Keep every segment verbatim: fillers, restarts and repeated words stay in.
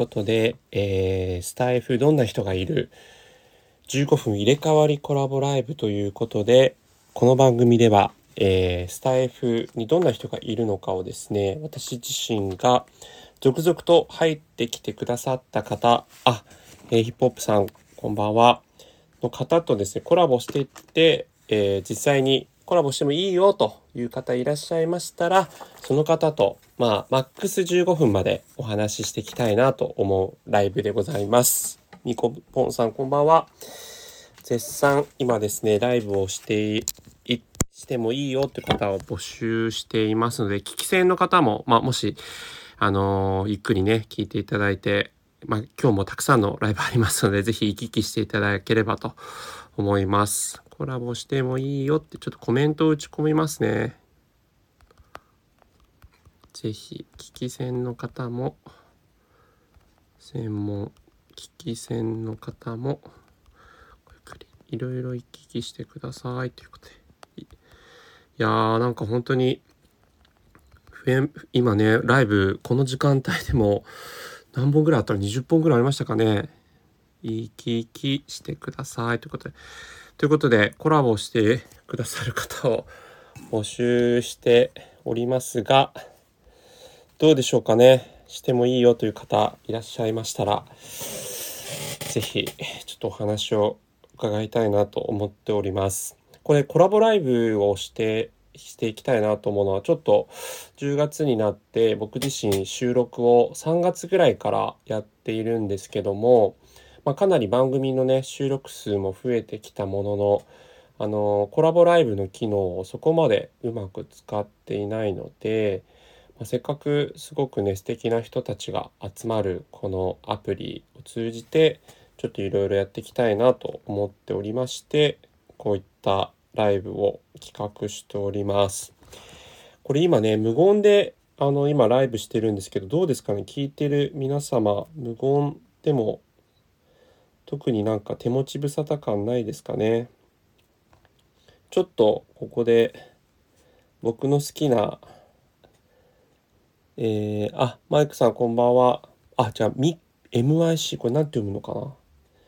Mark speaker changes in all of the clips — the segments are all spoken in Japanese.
Speaker 1: ことで、えースタイフどんな人がいるじゅうごふん入れ替わりコラボライブということで、この番組では、えースタイフにどんな人がいるのかをですね、私自身が続々と入ってきてくださった方、あ、えーヒップホップさんこんばんはの方とですね、コラボしていって、えー実際にコラボしてもいいよという方いらっしゃいましたら、その方と、まあ、マックスじゅうごふんまでお話ししていきたいなと思うライブでございます。みこぽんさんこんばんは。絶賛今ですね、ライブをしていしてもいいよって方を募集していますので、聞き戦の方も、まあ、もし、あのーゆっくりね、聞いていただいて、まあ、今日もたくさんのライブありますので、ぜひ行き来していただければと思います。コラボしてもいいよってちょっとコメントを打ち込みますね。ぜひ、聞き戦の方も、専門、聞き戦の方も、ごゆっくりいろいろ行き来してくださいということで。いやー、なんか本当に、今ね、ライブ、この時間帯でも、何本ぐらいあったらにじゅっぽんぐらいありましたかね。行き来してくださいということで。ということで、コラボしてくださる方を募集しておりますが、どうでしょうかね。してもいいよという方いらっしゃいましたら、ぜひちょっとお話を伺いたいなと思っております。これコラボライブをしてしていきたいなと思うのは、ちょっとじゅうがつになって僕自身収録をさんがつぐらいからやっているんですけども、まあ、かなり番組のね収録数も増えてきたものの、あのコラボライブの機能をそこまでうまく使っていないので、まあ、せっかくすごくね素敵な人たちが集まるこのアプリを通じてちょっといろいろやっていきたいなと思っておりまして、こういったライブを企画しております。これ今ね無言であの今ライブしてるんですけど、どうですかね、聞いてる皆様、無言でも特になんか手持ち無沙汰感ないですかね。ちょっとここで僕の好きな、えー、あ、マイクさんこんばんは。あ、じゃあ、ミ、エムアイシー、これなんて読むのかな。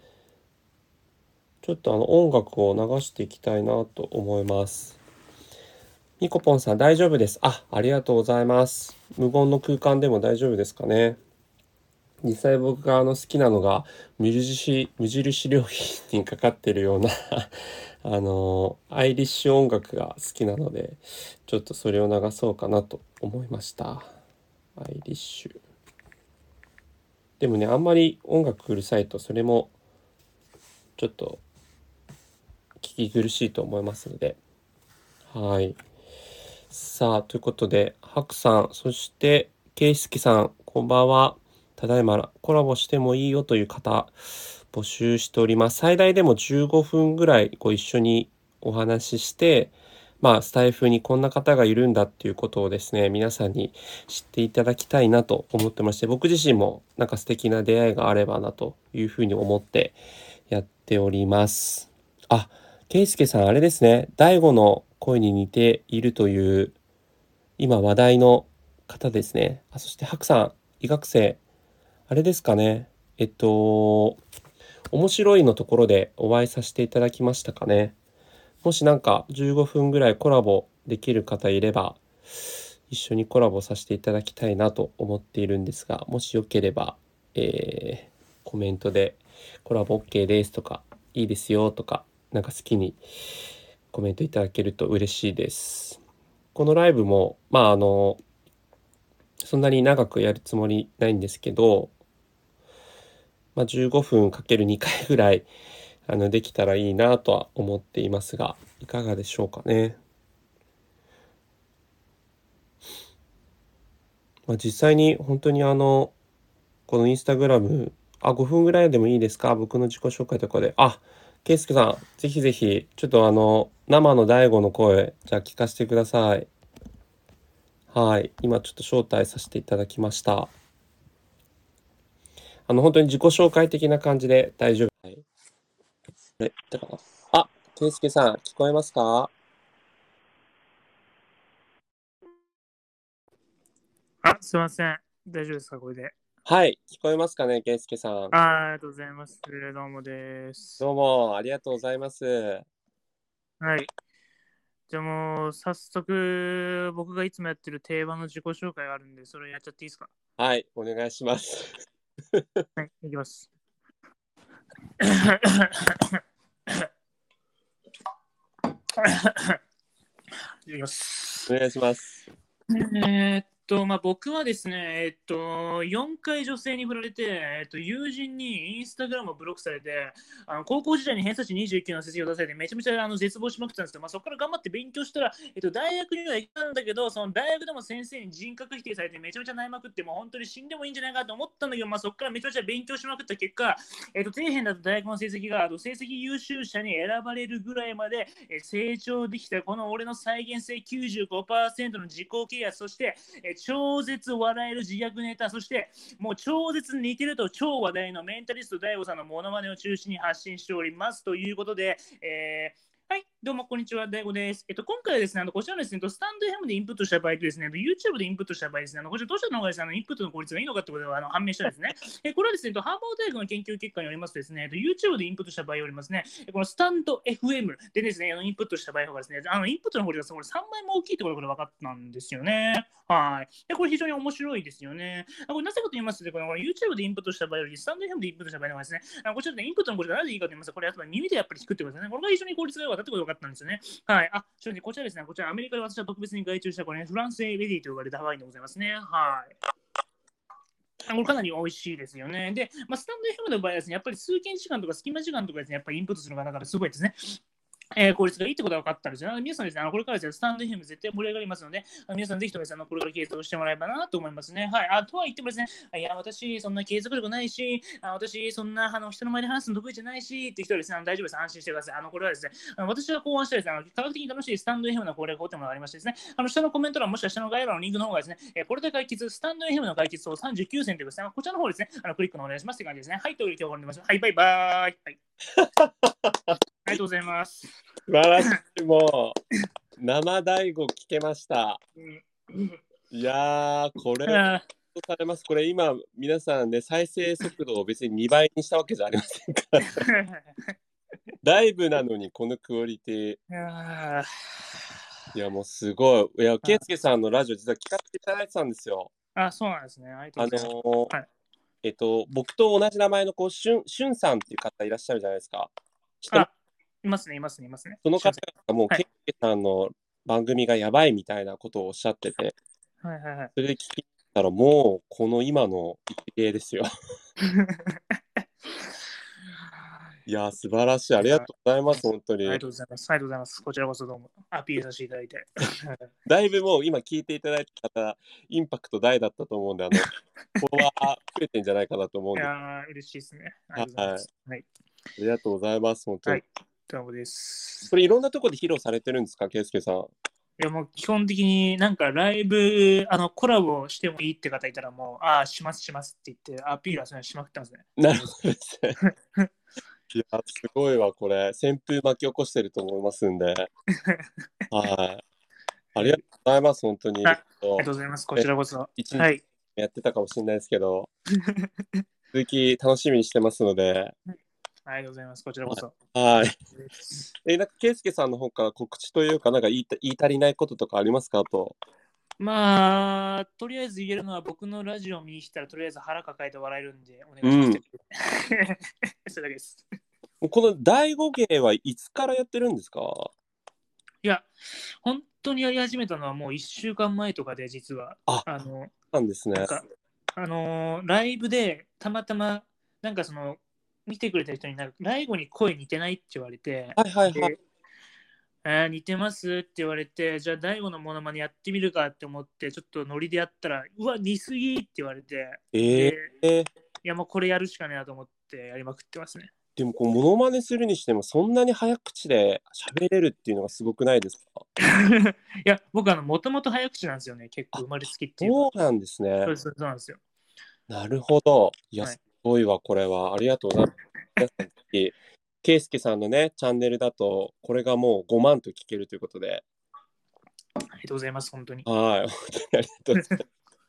Speaker 1: ちょっとあの音楽を流していきたいなと思います。ミコポンさん大丈夫です。あ、ありがとうございます。無言の空間でも大丈夫ですかね。実際僕があの好きなのが無印、無印良品にかかってるようなあのアイリッシュ音楽が好きなので、ちょっとそれを流そうかなと思いました。アイリッシュ。でもね、あんまり音楽うるさいとそれもちょっと聞き苦しいと思いますので。はい。さあ、ということで、ハクさん、そして、ケイスケさん、こんばんは。ただいまコラボしてもいいよという方、募集しております。最大でもじゅうごふんぐらいご一緒にお話しして、まあ、スタイフにこんな方がいるんだっていうことをですね、皆さんに知っていただきたいなと思ってまして、僕自身もなんか素敵な出会いがあればなというふうに思ってやっております。あ、ケイスケさん、あれですね、大悟の声に似ているという、今話題の方ですね。あ、そしてハクさん、医学生、あれですかね。えっと、面白いのところでお会いさせていただきましたかね。もしなんかじゅうごふんぐらいコラボできる方いれば、一緒にコラボさせていただきたいなと思っているんですが、もしよければ、えーコメントでコラボ OK ですとか、いいですよとか、なんか好きにコメントいただけると嬉しいです。このライブも、まああの、そんなに長くやるつもりないんですけど、まあ、じゅうごふんかけるにかいぐらいあのできたらいいなとは思っていますが、いかがでしょうかね。まあ、実際に本当にあのこのインスタグラム、あ、ごふんぐらいでもいいですか、僕の自己紹介とかで。あ、ケイスケさん、ぜひぜひ、ちょっとあの、生の大悟の声、じゃあ聞かせてください。はい。今ちょっと招待させていただきました。あの、本当に自己紹介的な感じで大丈夫。はい。あれ、だから、あ、ケイスケさん、聞こえますか？
Speaker 2: あ、すいません。大丈夫ですか、これで。
Speaker 1: はい、聞こえますかね、ケイスケさん。
Speaker 2: あ、ありがとうございます。どうもです。
Speaker 1: どうも、ありがとうございます。
Speaker 2: はい。じゃあもう、早速、僕がいつもやってる定番の自己紹介があるんで、それやっちゃっていいですか？
Speaker 1: はい、お願いします。
Speaker 2: はい、いきます。いきます。
Speaker 1: お願いします。
Speaker 2: えーっと、まあ、僕はですね、えーっと、よんかい女性に振られて、えーっと、友人にインスタグラムをブロックされて、あの高校時代に偏差値にじゅうきゅうの成績を出されて、めちゃめちゃあの絶望しまくったんですけど、まあ、そこから頑張って勉強したら、えっと、大学には行ったんだけど、その大学でも先生に人格否定されて、めちゃめちゃ悩まくって、もう本当に死んでもいいんじゃないかと思ったんだけど、まあ、そこからめちゃめちゃ勉強しまくった結果、えっと、底辺だった大学の成績が、あの成績優秀者に選ばれるぐらいまでえ成長できた、この俺の再現性きゅうじゅうごパーセントの自己啓発、そして、え超絶笑える自虐ネタ、そしてもう超絶似てると超話題のメンタリスト ダイゴ さんのモノマネを中心に発信しておりますということで、えーはい、どうもこんにちは、大悟です。えっと、今回はですね、あのこちらのですね、スタンド エフエム でインプットした場合とですね、YouTube でインプットした場合ですね、あのこちらどちらの方がですね、あのインプットの効率がいいのかってことがあの判明したんですね。えこれはですね、ハーバード大学の研究結果によりますとですね、YouTube でインプットした場合よりますね、このスタンド エフエム でですね、あのインプットした場合がですね、あのインプットの効率がさんばいも大きいってことが分かったんですよね。はい。で、これ非常に面白いですよね。これなぜかと言いますと、この YouTube でインプットした場合より、スタンド エフエム でインプットした場合の方がですね、こちらでインプットの効率がなぜいいかと言いますと、これやっぱり耳でやっぱり聞くってことですね。これが非常に効率が良かったってことが分かったんですよね。はい。あ、正直こちらですね、こちらアメリカで私は特別に外注したこれ、ね、フランスエレディと呼ばれたワインでございますね。はい。これかなり美味しいですよね。で、まあ、スタンド エフエム の場合はですね、やっぱり通勤時間とか隙間時間とかですね、やっぱりインプットするのがだからすごいですね。えー効率がいいってことが分かったんですよ。なので皆さんですね、あのこれからですね、スタンド エフエム 絶対盛り上がりますので、あの皆さんぜひともですね、あのこれから継続してもらえばなと思いますね。はい。あとは言ってもですね、いや、私、そんな継続力ないし、あ私、そんなあの人の前で話すの得意じゃないし、っていう人はですね、あの大丈夫です。安心してください。あのこれはですね、あの私が考案したですね、あの科学的に楽しいスタンド エフエム の攻略法ってものがありましてですね、あの下のコメント欄もしくは下の概要欄のリンクの方がですね、えーこれで解決、スタンド エフエム の解決をさんじゅうきゅう選というですね、こちらの方ですね、あのクリックのお願いしますって感じですね。はい、という今日は終わります。はい、バイバーイ。はい、ありがとうございます。
Speaker 1: 素晴らしい、もう、生大悟聞けました。いやー、これは
Speaker 2: あ
Speaker 1: されます。これ今、皆さんね、再生速度を別ににばいにしたわけじゃありませんから。ライブなのにこのクオリティ。
Speaker 2: あ
Speaker 1: いや、もうすごい。いや、ケイスケさんのラジオ実は聞かせていただいてたんですよ。
Speaker 2: あ、そうなんですね。ありがと
Speaker 1: あの
Speaker 2: うございます。
Speaker 1: ー
Speaker 2: はい。
Speaker 1: えっと、僕と同じ名前のこう、しゅん、しゅんさんっていう方いらっしゃるじゃないですか。知ってます？
Speaker 2: あ、いますね、いますね、いますね。
Speaker 1: その方
Speaker 2: しゅんせ
Speaker 1: がもう、
Speaker 2: はい。
Speaker 1: ケイスケさんの番組がやばいみたいなことをおっしゃってて、
Speaker 2: はいはいはい。
Speaker 1: それで聞いたらもう、この今の一芸ですよ。いやー、素晴らしい。あ
Speaker 2: いや、
Speaker 1: りがとうございます、本当に。
Speaker 2: ありがとうございます。ありがとうございます。こちらこそどうもアピールさせていただいて。
Speaker 1: だいぶもう今聞いていただいた方、インパクト大だったと思うんで、あの、フォロワー増えてんじゃないかなと思うんです。
Speaker 2: いやー、嬉しいですね。あり
Speaker 1: はい。
Speaker 2: がとうございます。はい。
Speaker 1: ありがとうございます、本当に。
Speaker 2: はい。どうもです。
Speaker 1: これいろんなところで披露されてるんですか、ケイスケさん。
Speaker 2: いや、もう基本的になんかライブ、あの、コラボしてもいいって方いたらもう、ああ、します、しますって言って、アピールはそれしまくってますね。
Speaker 1: なるほどですね。いや、すごいわ、これ。旋風巻き起こしてると思いますんで。はい。ありがとうございます、本当に。
Speaker 2: あ、ありが
Speaker 1: と
Speaker 2: とうございます。こ
Speaker 1: え
Speaker 2: ちらこそ。
Speaker 1: 一日
Speaker 2: はい。
Speaker 1: やってたかもしれないですけど、続き楽しみにしてますので。
Speaker 2: ありがとうございます。こちらこそ。
Speaker 1: はい。え、なんか、ケイスケさんの方から告知というか、なんか言いた言い足りないこととかありますかあと？
Speaker 2: まあ、とりあえず言えるのは僕のラジオを見に来たらとりあえず腹抱えて笑えるんでお願
Speaker 1: う
Speaker 2: いします。
Speaker 1: ん。
Speaker 2: それだけです。
Speaker 1: この第五芸はいつからやってるんですか？
Speaker 2: いや、本当にやり始めたのはもういっしゅうかんまえとかで実は、
Speaker 1: あ、
Speaker 2: あの、
Speaker 1: なんですね。
Speaker 2: なんか、あのーライブでたまたま、なんかその、見てくれた人になんか、ライブに声似てないって言われて、
Speaker 1: はいはいはい。
Speaker 2: で、えー似てますって言われて、じゃあ、大悟のモノマネやってみるかって思って、ちょっとノリでやったら、うわ、似すぎって言われて、
Speaker 1: え
Speaker 2: で、
Speaker 1: ー、
Speaker 2: いや、もうこれやるしかねえなと思ってやりまくってますね。
Speaker 1: でもこう、モノマネするにしても、そんなに早口で喋れるっていうのがすごくないですか？
Speaker 2: いや、僕、あの、もともと早口なんですよね。結構
Speaker 1: あ、
Speaker 2: 生まれつきっていうか。
Speaker 1: そうなんですね。
Speaker 2: そうです、そうなんですよ。
Speaker 1: なるほど。いや、
Speaker 2: はい。
Speaker 1: すごいわ、これは。ありがとうございます。皆さん、ぜひ、ケイスケさんのね、チャンネルだと、これがもうごまんと聞けるということで、
Speaker 2: ありがとうございます、本当に。
Speaker 1: はい、本当にありがとうございます。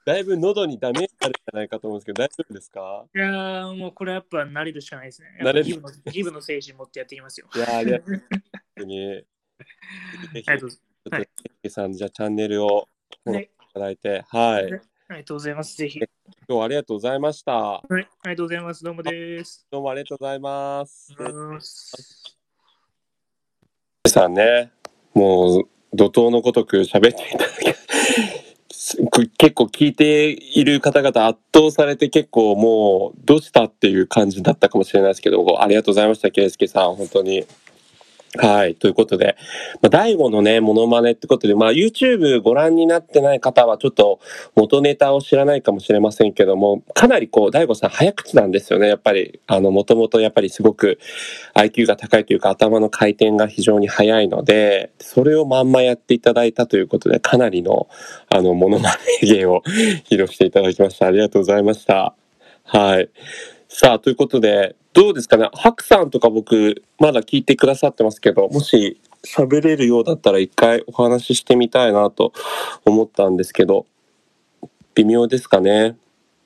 Speaker 1: だいぶ喉にダメージあるんじゃないかと思うんですけど、大丈夫ですか？
Speaker 2: いやー、もうこれやっぱ慣れるしかないですね。やっ
Speaker 1: 慣れる。
Speaker 2: ぱギブの、ギブの精神持ってやっていきますよ。
Speaker 1: いやー、ありがとうに。ぜひぜひ、ち
Speaker 2: ありがとうございます。
Speaker 1: ょっと、
Speaker 2: はい。
Speaker 1: ケイさん、じゃあチャンネルをフォローい
Speaker 2: はい。
Speaker 1: ただいて、はい。
Speaker 2: はいありがとうございます。ぜひ。
Speaker 1: 今日はありがとうございました。
Speaker 2: はい。ありがとうございます。どうもです。
Speaker 1: どうもありがとうございます。
Speaker 2: ありがとうございます。
Speaker 1: ケイさんね、もう、怒涛のごとく喋っていただき、す結構聞いている方々圧倒されて結構もうどうしたっていう感じだったかもしれないですけど、ありがとうございました、ケイスケさん、本当に。はい。ということで、まあ、大悟のね、モノマネってことで、まあ、YouTube ご覧になってない方は、ちょっと元ネタを知らないかもしれませんけども、かなりこう、大悟さん早口なんですよね。やっぱり、あの、もともとやっぱりすごく アイキュー が高いというか、頭の回転が非常に速いので、それをまんまやっていただいたということで、かなりの、あの、モノマネ芸を披露していただきました。ありがとうございました。はい。さあ、ということで、どうですかね。ハクさんとか僕、まだ聞いてくださってますけど、もし喋れるようだったら一回お話ししてみたいなと思ったんですけど、微妙ですかね。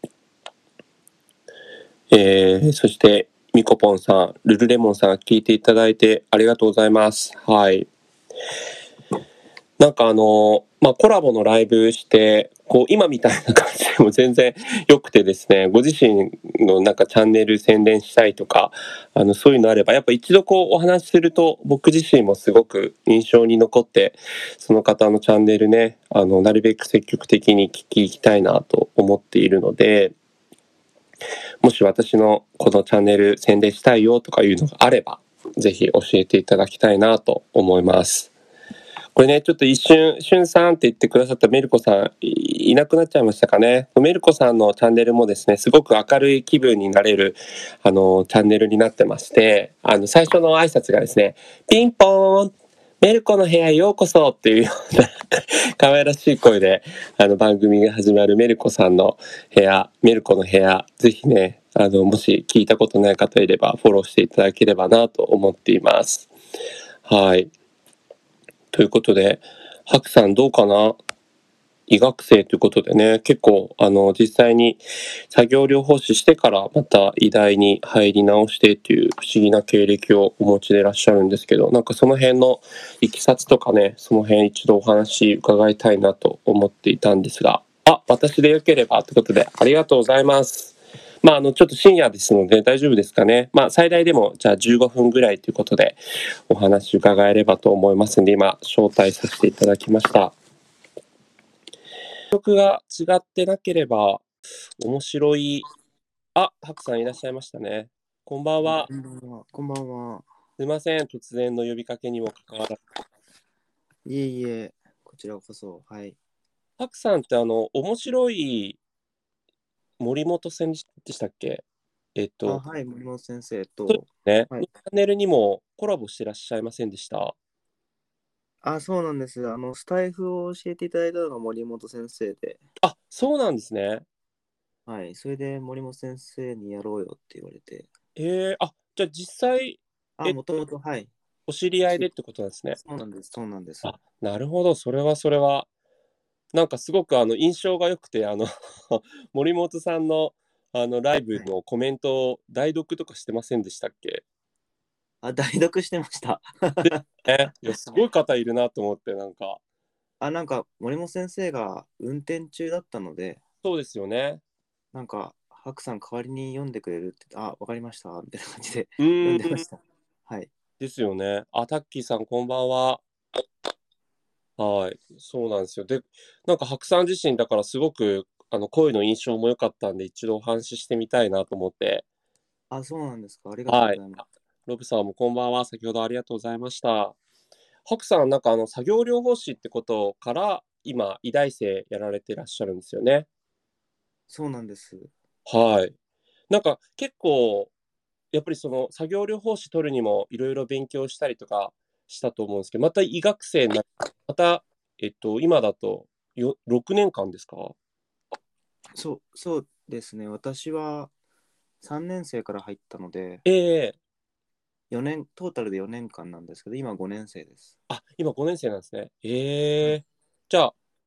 Speaker 1: えー、そして、みこぽんさん、ルルレモンさん、聞いていただいてありがとうございます。はい。なんかあの、まあ、コラボのライブして、こう、今みたいな感じでも全然良くてですね、ご自身のなんかチャンネル宣伝したいとか、あの、そういうのあれば、やっぱ一度こうお話しすると、僕自身もすごく印象に残って、その方のチャンネルね、あの、なるべく積極的に聞き行きたいなと思っているので、もし私のこのチャンネル宣伝したいよとかいうのがあれば、ぜひ教えていただきたいなと思います。これね、ちょっと一瞬、しゅんさんって言ってくださったメルコさんい、いなくなっちゃいましたかね。メルコさんのチャンネルもですね、すごく明るい気分になれる、あの、チャンネルになってまして、あの、最初の挨拶がですね、ピンポーンメルコの部屋へようこそっていうような可愛らしい声で、あの、番組が始まるメルコさんの部屋、メルコの部屋、ぜひね、あの、もし聞いたことない方いれば、フォローしていただければなと思っています。はい。ということで、ハクさんどうかな？医学生ということでね、結構、あの、実際に作業療法士してからまた医大に入り直してっていう不思議な経歴をお持ちでいらっしゃるんですけど、なんかその辺のいきさつとかね、その辺一度お話伺いたいなと思っていたんですが、あ、私でよければということで、ありがとうございます。まあ、あの、ちょっと深夜ですので大丈夫ですかね。まあ、最大でも、じゃあじゅうごふんぐらいということで、お話伺えればと思いますんで、今、招待させていただきました。記憶が違ってなければ、面白い、あ、ハクさんいらっしゃいましたね。こんばんは。
Speaker 3: こんばんは。こんばんは。
Speaker 1: すいません、突然の呼びかけにもかかわらず。
Speaker 3: いえいえ、こちらこそ。はい。
Speaker 1: ハクさんって、あの、面白い森本さんでしたっけ？えっ
Speaker 3: あ、
Speaker 1: と、
Speaker 3: はい。森本先生
Speaker 1: そう
Speaker 3: と、
Speaker 1: ですね、
Speaker 3: はい。
Speaker 1: のチャンネルにもコラボしてらっしゃいませんでした？
Speaker 3: あ、そうなんです。あの、スタイフを教えていただいたのが森本先生で、
Speaker 1: あ、そうなんですね。
Speaker 3: はい。それで森本先生にやろうよって言われて、
Speaker 1: えー、あ、じゃあ実際、
Speaker 3: あ、
Speaker 1: え、
Speaker 3: もともと、はい。
Speaker 1: お知り合いで
Speaker 3: き
Speaker 1: ってことなんですね。
Speaker 3: そうなんです。そうなんです。
Speaker 1: あ、なるほど、それはそれは。なんかすごくあの印象が良くて、あの森本さんのあのライブ
Speaker 3: はい。
Speaker 1: のコメントを代読とかしてませんでしたっけ？
Speaker 3: あ、代読してました。
Speaker 1: で、ね、いや、すごい方いるなと思って、なんか、
Speaker 3: あ、なんか、森本先生が運転中だったので、
Speaker 1: そうですよね。
Speaker 3: なんか、ハクさん代わりに読んでくれるって、あ、わかりました。みたいな感じで
Speaker 1: う
Speaker 3: 読
Speaker 1: ーん、
Speaker 3: んでました。はい。
Speaker 1: ですよね。あ、タッキーさん、こんばんは。はい、そうなんですよ。で、なんか白さん自身だからすごくあの声の印象も良かったんで、一度お話ししてみたいなと思って。
Speaker 3: あ、そうなんですか。ありがとう
Speaker 1: はい。
Speaker 3: ございます。
Speaker 1: あ、ロブさんもこんばんは。先ほどありがとうございました。白さん、なんかあの作業療法士ってことから、今、医大生やられてらっしゃるんですよね。
Speaker 3: そうなんです。
Speaker 1: はい。なんか結構、やっぱりその作業療法士取るにもいろいろ勉強したりとかしたと思うんですけど、また医学生になまた、えっと、今だとよろくねんかんですか？
Speaker 3: そう、そうですね。私はさんねん生から入ったので、
Speaker 1: ええ、
Speaker 3: よねん、トータルでよねんかんなんですけど、今ごねん生です。
Speaker 1: あ、今ごねん生なんですね。え
Speaker 3: はい。
Speaker 1: え、じゃあ、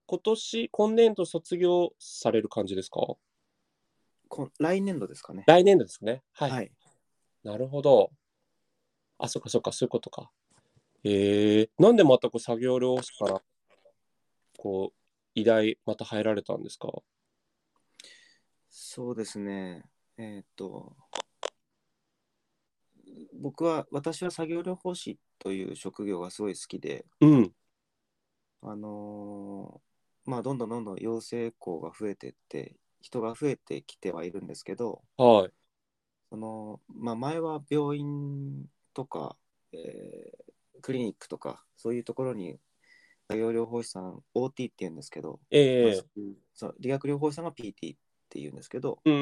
Speaker 1: 今年、今年度卒業される感じですか？
Speaker 3: こ来年度ですかね。
Speaker 1: 来年度ですね。はい。
Speaker 3: はい。
Speaker 1: なるほど。あ、そっかそっか、そういうことか。えー、なんでまたこう作業療法士からこう依頼また入られたんですか？
Speaker 3: そうですね。えーっと、僕は、私は作業療法士という職業がすごい好きで、
Speaker 1: うん。
Speaker 3: あのーまあ、どんどんどんどん養成校が増えてって、人が増えてきてはいるんですけど、
Speaker 1: はい。
Speaker 3: その、まあ、前は病院とか、えークリニックとか、そういうところに作業療法士さん、オーティー って言うんですけど、まあ、
Speaker 1: ええ
Speaker 3: そういうそう理学療法士さんが ピーティー って言うんですけど、
Speaker 1: うん。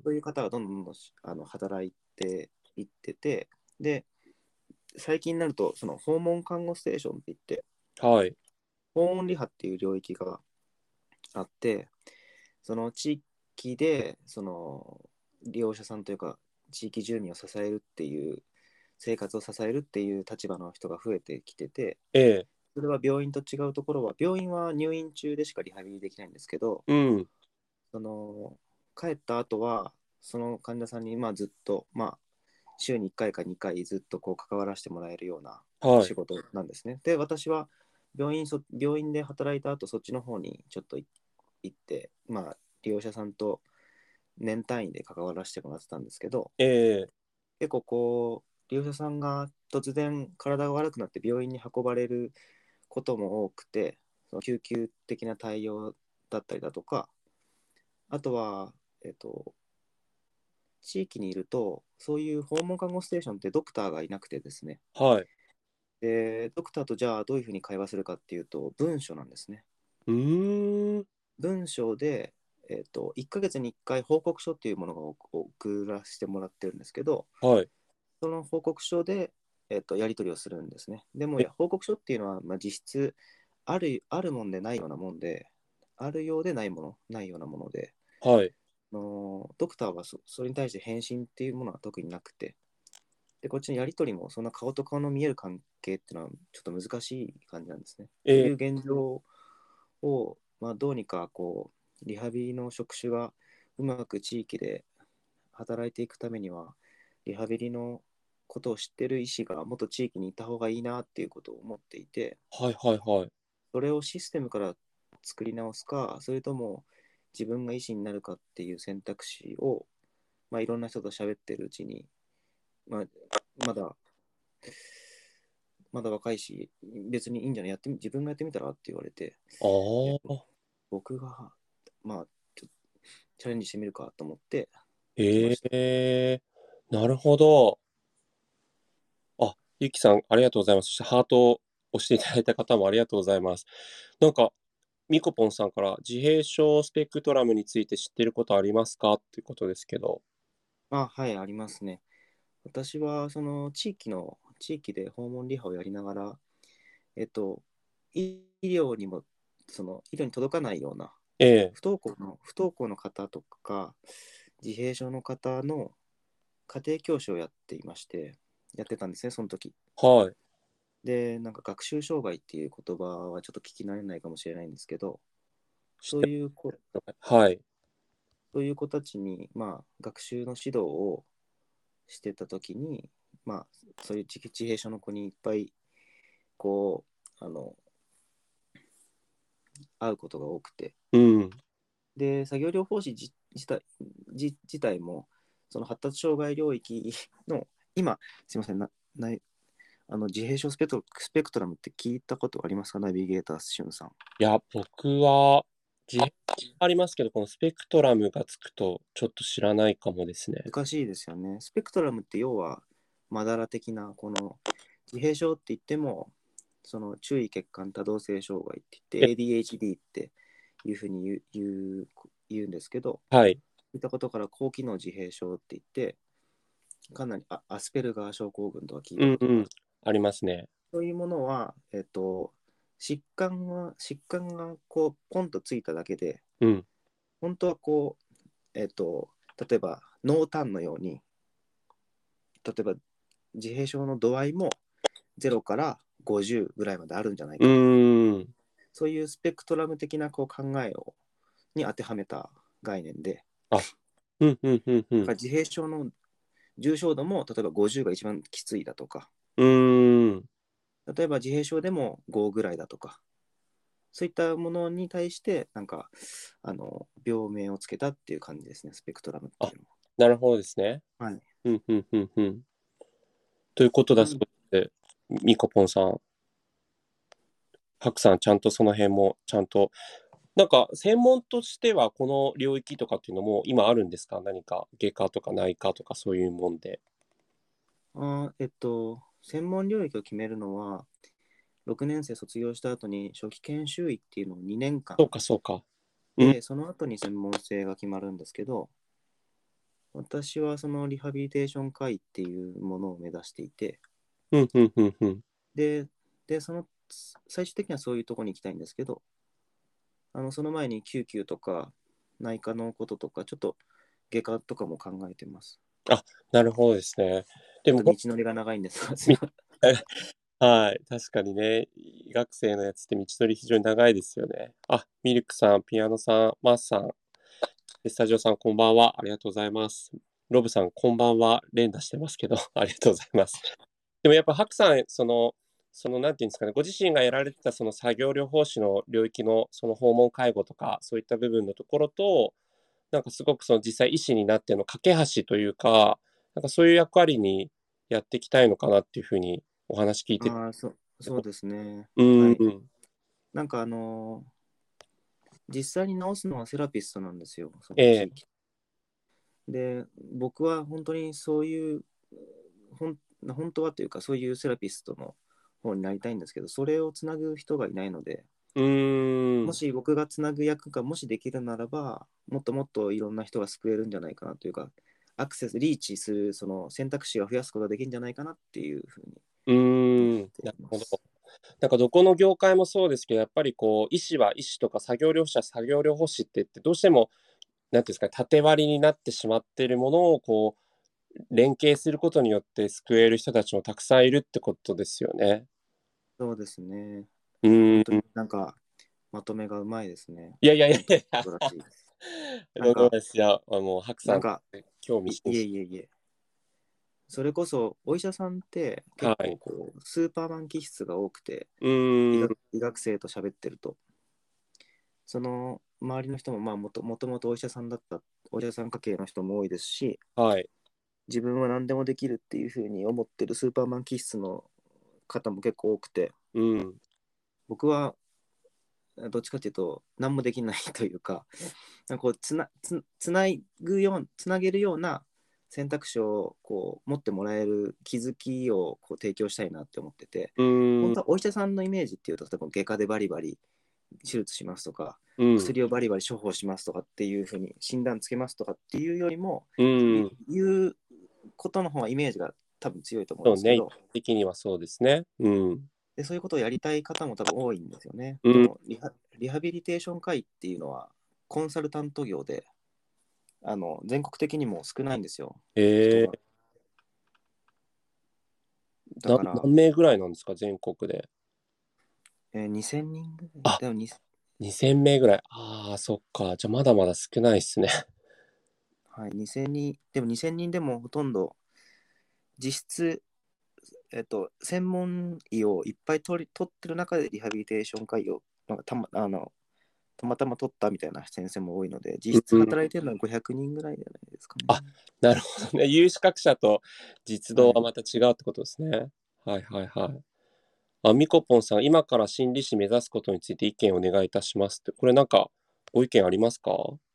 Speaker 3: そういう方がどんどんどんどんあの働いていってて、で、最近になると、その訪問看護ステーションって言って、
Speaker 1: はい。
Speaker 3: 訪問リハっていう領域があって、その地域で、その利用者さんというか、地域住民を支えるっていう、生活を支えるっていう立場の人が増えてきてて、
Speaker 1: ええ
Speaker 3: それは病院と違うところは、病院は入院中でしかリハビリできないんですけど、
Speaker 1: うん。
Speaker 3: その帰った後は、その患者さんにまあずっと、まあ、週にいっかいかにかいずっとこう関わらせてもらえるような
Speaker 1: はい。
Speaker 3: 仕事なんですね。で、私は病院そ病院で働いた後、そっちの方にちょっと行って、まあ、利用者さんと年単位で関わらせてもらってたんですけど、
Speaker 1: ええ
Speaker 3: 結構こう、利用者さんが突然体が悪くなって病院に運ばれることも多くて、その救急的な対応だったりだとか、あとは、えっと、地域にいると、そういう訪問看護ステーションってドクターがいなくてですね、
Speaker 1: はい。
Speaker 3: で、ドクターとじゃあどういうふうに会話するかっていうと、文書なんですね。
Speaker 1: うーん。
Speaker 3: 文章で、えっと、いっかげつにいっかい報告書っていうものを送らせてもらってるんですけど、
Speaker 1: はい。
Speaker 3: その報告書で、えっと、やり取りをするんですね。でも、
Speaker 1: え、
Speaker 3: 報告書っていうのは、まあ、実質ある、あるもんでないようなもんで、あるようでないもの、ないようなもので、
Speaker 1: はい。
Speaker 3: あのドクターはそそれに対して返信っていうものは特になくて、で、こっちのやり取りもそんな顔と顔の見える関係っていうのはちょっと難しい感じなんですね。っていう
Speaker 1: ええ
Speaker 3: 現状を、まあ、どうにかこう、リハビリの職種がうまく地域で働いていくためには、リハビリのことを知ってる医師がもっと地域にいた方がいいなっていうことを思っていて、
Speaker 1: はいはいはい。
Speaker 3: それをシステムから作り直すか、それとも自分が医師になるかっていう選択肢を、まあ、いろんな人と喋ってるうちに、まあ、まだまだ若いし、別にいいんじゃない、やってみ自分がやってみたらって言われて、
Speaker 1: あ
Speaker 3: え
Speaker 1: あ。
Speaker 3: 僕が、まあ、ちょチャレンジしてみるかと思って来ま
Speaker 1: え
Speaker 3: した。
Speaker 1: えなるほど。あ、ゆきさん、ありがとうございます。そしてハートを押していただいた方もありがとうございます。なんか、みこぽんさんから自閉症スペクトラムについて知っていることありますかっていうことですけど。
Speaker 3: あ、はい、ありますね。私は、その地域の、地域で訪問リハをやりながら、えっと、医療にも、その医療に届かないような、
Speaker 1: ええ
Speaker 3: 不登校の、不登校の方とか、自閉症の方の家庭教師をやっていまして、やってたんですね、その時。
Speaker 1: はい。
Speaker 3: で、なんか学習障害っていう言葉はちょっと聞き慣れないかもしれないんですけど、
Speaker 1: 知って
Speaker 3: そういう子、
Speaker 1: ます。はい。
Speaker 3: そういう子たちに、まあ、学習の指導をしてた時に、まあ、そういう自自閉症の子にいっぱい、こう、あの、会うことが多くて、
Speaker 1: うん。
Speaker 3: で、作業療法士自自体自自体も、その発達障害領域の、今、すみません、なないあの自閉症スペクトスペクトラムって聞いたことありますか？ナビゲーターしゅんさん。
Speaker 1: いや、僕は、自閉ありますけど、このスペクトラムがつくと、ちょっと知らないかもですね。
Speaker 3: 難しいですよね。スペクトラムって要は、まだら的な、この自閉症って言っても、その注意欠陥多動性障害って言って、
Speaker 1: え、
Speaker 3: エーディーエイチディー っていうふうに言う言う言うんですけど、
Speaker 1: はい。
Speaker 3: そういったことから高機能自閉症って言って、かなりあアスペルガー症候群とか聞い
Speaker 1: うんうん。
Speaker 3: たことがある。
Speaker 1: ありますね。
Speaker 3: そういうものは、えっと、疾患は、疾患がこう、ポンとついただけで、
Speaker 1: うん。
Speaker 3: 本当はこう、えっと、例えば濃淡のように、例えば自閉症の度合いもゼロからごじゅうぐらいまであるんじゃない
Speaker 1: う
Speaker 3: か。
Speaker 1: ーん。
Speaker 3: そういうスペクトラム的なこう考えをに当てはめた概念で、
Speaker 1: あ、うんうんうんうん。
Speaker 3: だから自閉症の重症度も例えばごじゅうが一番きついだとか、
Speaker 1: うーん。
Speaker 3: 例えば自閉症でもごぐらいだとか、そういったものに対してなんかあの病名をつけたっていう感じですね、スペクトラムって
Speaker 1: あ、
Speaker 3: いうの
Speaker 1: なるほどですね。
Speaker 3: は。はい。
Speaker 1: うんうんうんうん。ということだそうです。みこぽんさん、ハクさん、ちゃんとその辺も、ちゃんと、なんか、専門としては、この領域とかっていうのも今あるんですか？何か、外科とか内科とかそういうもんで。
Speaker 3: あえっと、専門領域を決めるのは、ろくねん生卒業した後に初期研修医っていうのをにねんかん
Speaker 1: そうか、そうか。うん、
Speaker 3: で、その後に専門性が決まるんですけど、私はそのリハビリテーション科医っていうものを目指していて、
Speaker 1: うん、うん、うん、うん。
Speaker 3: で、でその最終的にはそういうところに行きたいんですけど、あのその前に救急とか内科のこととか、ちょっと外科とかも考えてます。
Speaker 1: あ、なるほどですね。でも、
Speaker 3: ちょっと道のりが長いんですが、すい
Speaker 1: み
Speaker 3: ま
Speaker 1: はい、確かにね、医学生のやつって道のり非常に長いですよね。あ、ミルクさん、ピアノさん、マースさん、スタジオさん、こんばんは。ありがとうございます。ロブさん、こんばんは。連打してますけど、ありがとうございます。でもやっぱ、ハクさん、その、その、なんていうんですかね、ご自身がやられてたその作業療法士の領域のその訪問介護とか、そういった部分のところと、なんかすごくその実際医師になっての架け橋というか、なんかそういう役割にやっていきたいのかなっていうふうにお話聞い
Speaker 3: せん。
Speaker 1: てて、
Speaker 3: ああ、そ、そうですね。
Speaker 1: う
Speaker 3: はい。
Speaker 1: ーん、
Speaker 3: なんかあのー実際に治すのはセラピストなんですよ、その
Speaker 1: ええ、
Speaker 3: 地域。で、僕は本当にそういう、ほん本当はというか、そういうセラピストの方になりたいんですけど、それをつなぐ人がいないので、
Speaker 1: うーん、
Speaker 3: もし僕がつなぐ役がもしできるならば、もっともっといろんな人が救えるんじゃないかなというか、アクセス、リーチするその選択肢を増やすことができるんじゃないかなっていうふうに
Speaker 1: うーん、
Speaker 3: 思ってい
Speaker 1: なるほど。
Speaker 3: ます。
Speaker 1: なんかどこの業界もそうですけど、やっぱりこう、医師は医師とか作業療法士は作業療法士って言って、どうしても、なんていうんですかね、縦割りになってしまっているものを、こう、連携することによって救える人たちもたくさんいるってことですよね。
Speaker 3: そうですね。
Speaker 1: うー
Speaker 3: 本当に
Speaker 1: ん。
Speaker 3: なんかまとめがうまいですね。
Speaker 1: いやいやいや
Speaker 3: 本当に
Speaker 1: いや、
Speaker 3: 素晴らしいです。
Speaker 1: とんでもない
Speaker 3: なんか、
Speaker 1: です。いや、あの、ハクさん、
Speaker 3: なんか、
Speaker 1: 興味
Speaker 3: いいえ
Speaker 1: 津々。
Speaker 3: いえいえ、それこそお医者さんって結構
Speaker 1: はい。
Speaker 3: こうスーパーマン気質が多くて、
Speaker 1: うーん。
Speaker 3: 医学医学生と喋ってると、その周りの人もまあもともともとお医者さんだった、お医者さん家系の人も多いですし、
Speaker 1: はい。
Speaker 3: 自分は何でもできるっていうふうに思ってるスーパーマン気質の方も結構多くて、
Speaker 1: うん。
Speaker 3: 僕はどっちかというと何もできないというか、なんかこうつなつつなぐようつなげるような選択肢をこう持ってもらえる気づきをこう提供したいなって思ってて、
Speaker 1: うーん。
Speaker 3: 本当はお医者さんのイメージっていうと、例えば外科でバリバリ手術しますとか、
Speaker 1: うん。
Speaker 3: 薬をバリバリ処方しますとかっていうふうに診断つけますとかっていうよりも、
Speaker 1: う
Speaker 3: い
Speaker 1: ん。
Speaker 3: いうことの方がイメージが多分強いと思うん
Speaker 1: そうね。一
Speaker 3: ですけど、
Speaker 1: 般的にはそうですね。うん。
Speaker 3: でそういうことをやりたい方も多分多いんですよね。
Speaker 1: うん。
Speaker 3: でもリハ、リハビリテーション会っていうのはコンサルタント業で、あの全国的にも少ないんですよ、人が。
Speaker 1: えー、な
Speaker 3: だから、
Speaker 1: 何名ぐらいなんですか、全国で。
Speaker 3: えーにせんにんぐらい。
Speaker 1: あ、
Speaker 3: でもに
Speaker 1: にせん名ぐらい。ああ、そっか。じゃあまだまだ少ないですね。
Speaker 3: はい、にせんにん、でもにせんにんでもほとんど実質、えっと、専門医をいっぱい取り取ってる中でリハビリテーション会をなんかたま、あの、たまたま取ったみたいな先生も多いので、実質
Speaker 1: うん。
Speaker 3: 働いてるのはごひゃくにんぐらいじゃないですかね。
Speaker 1: あ、なるほどね。有資格者と実動
Speaker 3: はい。
Speaker 1: はまた違うってことですね。はいはいはい。あ、みこぽんさん、今から心理師目指すことについて意見をお願いいたしますって、これなんかご意見ありますか？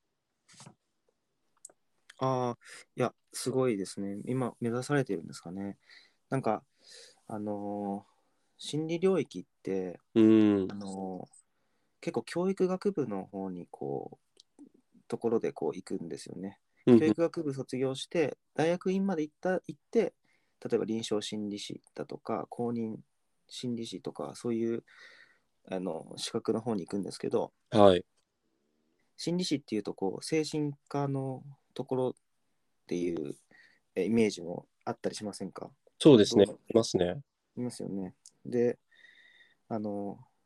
Speaker 3: ああ、いや、すごいですね。今、目指されてるんですかね。なんか、あのー心理領域って、
Speaker 1: うーん。
Speaker 3: あのー結構教育学部の方にこう、ところでこう行くんですよね。
Speaker 1: うんうん。
Speaker 3: 教育学部卒業して、大学院まで行った、行って、例えば臨床心理士だとか、公認心理士とか、そういうあの資格の方に行くんですけど、
Speaker 1: はい。
Speaker 3: 心理士っていうとこう、精神科のところっていうえイメージもあったりしませんか？
Speaker 1: そうですね。
Speaker 3: どうな
Speaker 1: いますね。
Speaker 3: いますよね。で、あの、